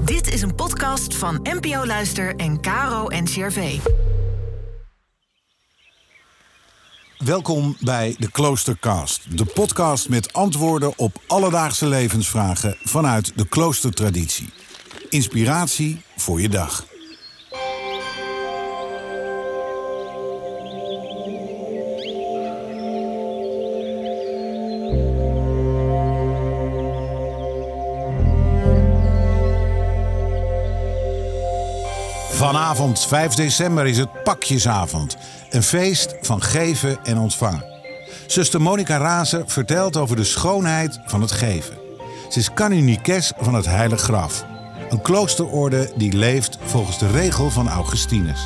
Dit is een podcast van NPO Luister en KRO NCRV. Welkom bij de Kloostercast, de podcast met antwoorden op alledaagse levensvragen vanuit de kloostertraditie. Inspiratie voor je dag. Vanavond, 5 december, is het Pakjesavond. Een feest van geven en ontvangen. Zuster Monica Razer vertelt over de schoonheid van het geven. Ze is kanunnikes van het Heilig Graf. Een kloosterorde die leeft volgens de regel van Augustinus.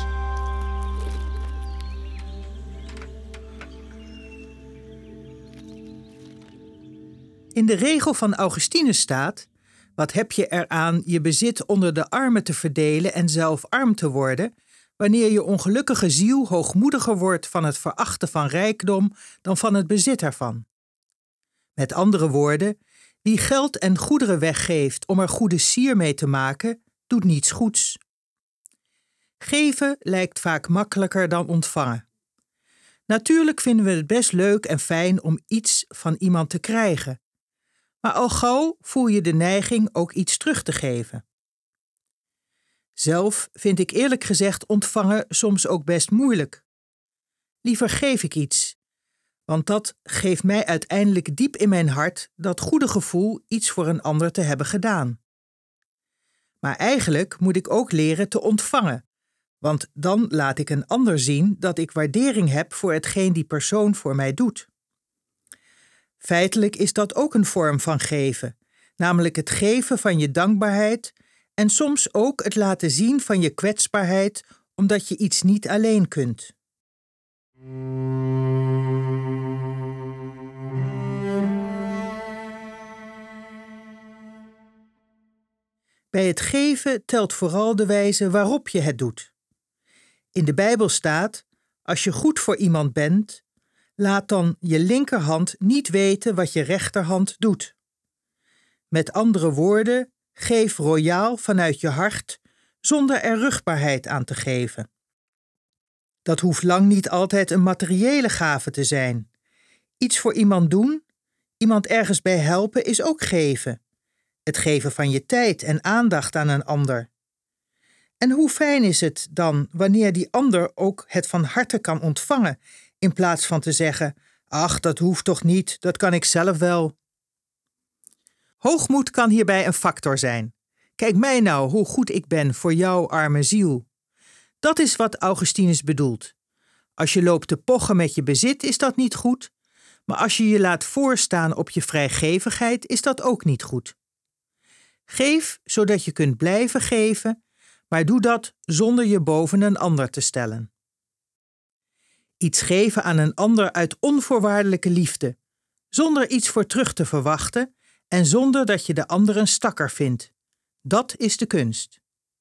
In de regel van Augustinus staat: wat heb je eraan je bezit onder de armen te verdelen en zelf arm te worden, wanneer je ongelukkige ziel hoogmoediger wordt van het verachten van rijkdom dan van het bezit ervan? Met andere woorden, wie geld en goederen weggeeft om er goede sier mee te maken, doet niets goeds. Geven lijkt vaak makkelijker dan ontvangen. Natuurlijk vinden we het best leuk en fijn om iets van iemand te krijgen. Maar al gauw voel je de neiging ook iets terug te geven. Zelf vind ik eerlijk gezegd ontvangen soms ook best moeilijk. Liever geef ik iets, want dat geeft mij uiteindelijk diep in mijn hart dat goede gevoel iets voor een ander te hebben gedaan. Maar eigenlijk moet ik ook leren te ontvangen, want dan laat ik een ander zien dat ik waardering heb voor hetgeen die persoon voor mij doet. Feitelijk is dat ook een vorm van geven, namelijk het geven van je dankbaarheid en soms ook het laten zien van je kwetsbaarheid, omdat je iets niet alleen kunt. Bij het geven telt vooral de wijze waarop je het doet. In de Bijbel staat: als je goed voor iemand bent, laat dan je linkerhand niet weten wat je rechterhand doet. Met andere woorden, geef royaal vanuit je hart, zonder er rugbaarheid aan te geven. Dat hoeft lang niet altijd een materiële gave te zijn. Iets voor iemand doen, iemand ergens bij helpen is ook geven. Het geven van je tijd en aandacht aan een ander. En hoe fijn is het dan wanneer die ander ook het van harte kan ontvangen, in plaats van te zeggen: ach, dat hoeft toch niet, dat kan ik zelf wel. Hoogmoed kan hierbij een factor zijn. Kijk mij nou, hoe goed ik ben voor jouw arme ziel. Dat is wat Augustinus bedoelt. Als je loopt te pochen met je bezit, is dat niet goed. Maar als je je laat voorstaan op je vrijgevigheid, is dat ook niet goed. Geef, zodat je kunt blijven geven, maar doe dat zonder je boven een ander te stellen. Iets geven aan een ander uit onvoorwaardelijke liefde, zonder iets voor terug te verwachten en zonder dat je de ander een stakker vindt. Dat is de kunst.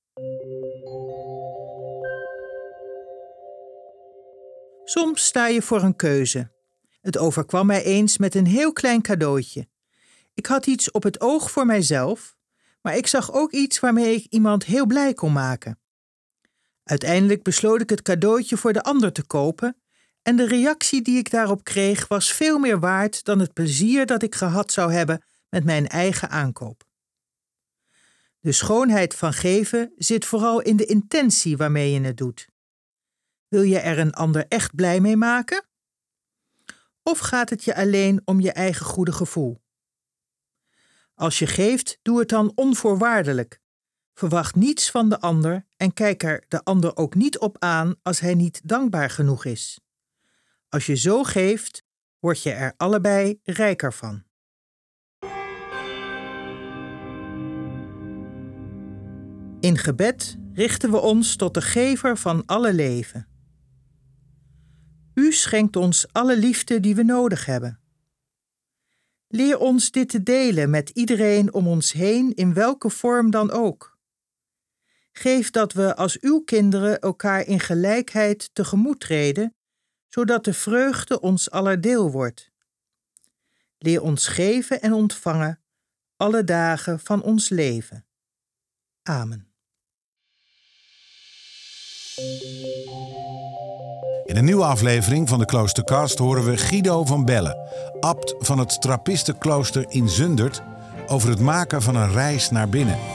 Soms sta je voor een keuze. Het overkwam mij eens met een heel klein cadeautje. Ik had iets op het oog voor mijzelf, maar ik zag ook iets waarmee ik iemand heel blij kon maken. Uiteindelijk besloot ik het cadeautje voor de ander te kopen en de reactie die ik daarop kreeg was veel meer waard dan het plezier dat ik gehad zou hebben met mijn eigen aankoop. De schoonheid van geven zit vooral in de intentie waarmee je het doet. Wil je er een ander echt blij mee maken? Of gaat het je alleen om je eigen goede gevoel? Als je geeft, doe het dan onvoorwaardelijk. Verwacht niets van de ander en kijk er de ander ook niet op aan als hij niet dankbaar genoeg is. Als je zo geeft, word je er allebei rijker van. In gebed richten we ons tot de gever van alle leven. U schenkt ons alle liefde die we nodig hebben. Leer ons dit te delen met iedereen om ons heen, in welke vorm dan ook. Geef dat we als uw kinderen elkaar in gelijkheid tegemoet treden, zodat de vreugde ons aller deel wordt. Leer ons geven en ontvangen alle dagen van ons leven. Amen. In een nieuwe aflevering van de Kloosterkast horen we Guido van Bellen, abt van het Trappistenklooster in Zundert, over het maken van een reis naar binnen.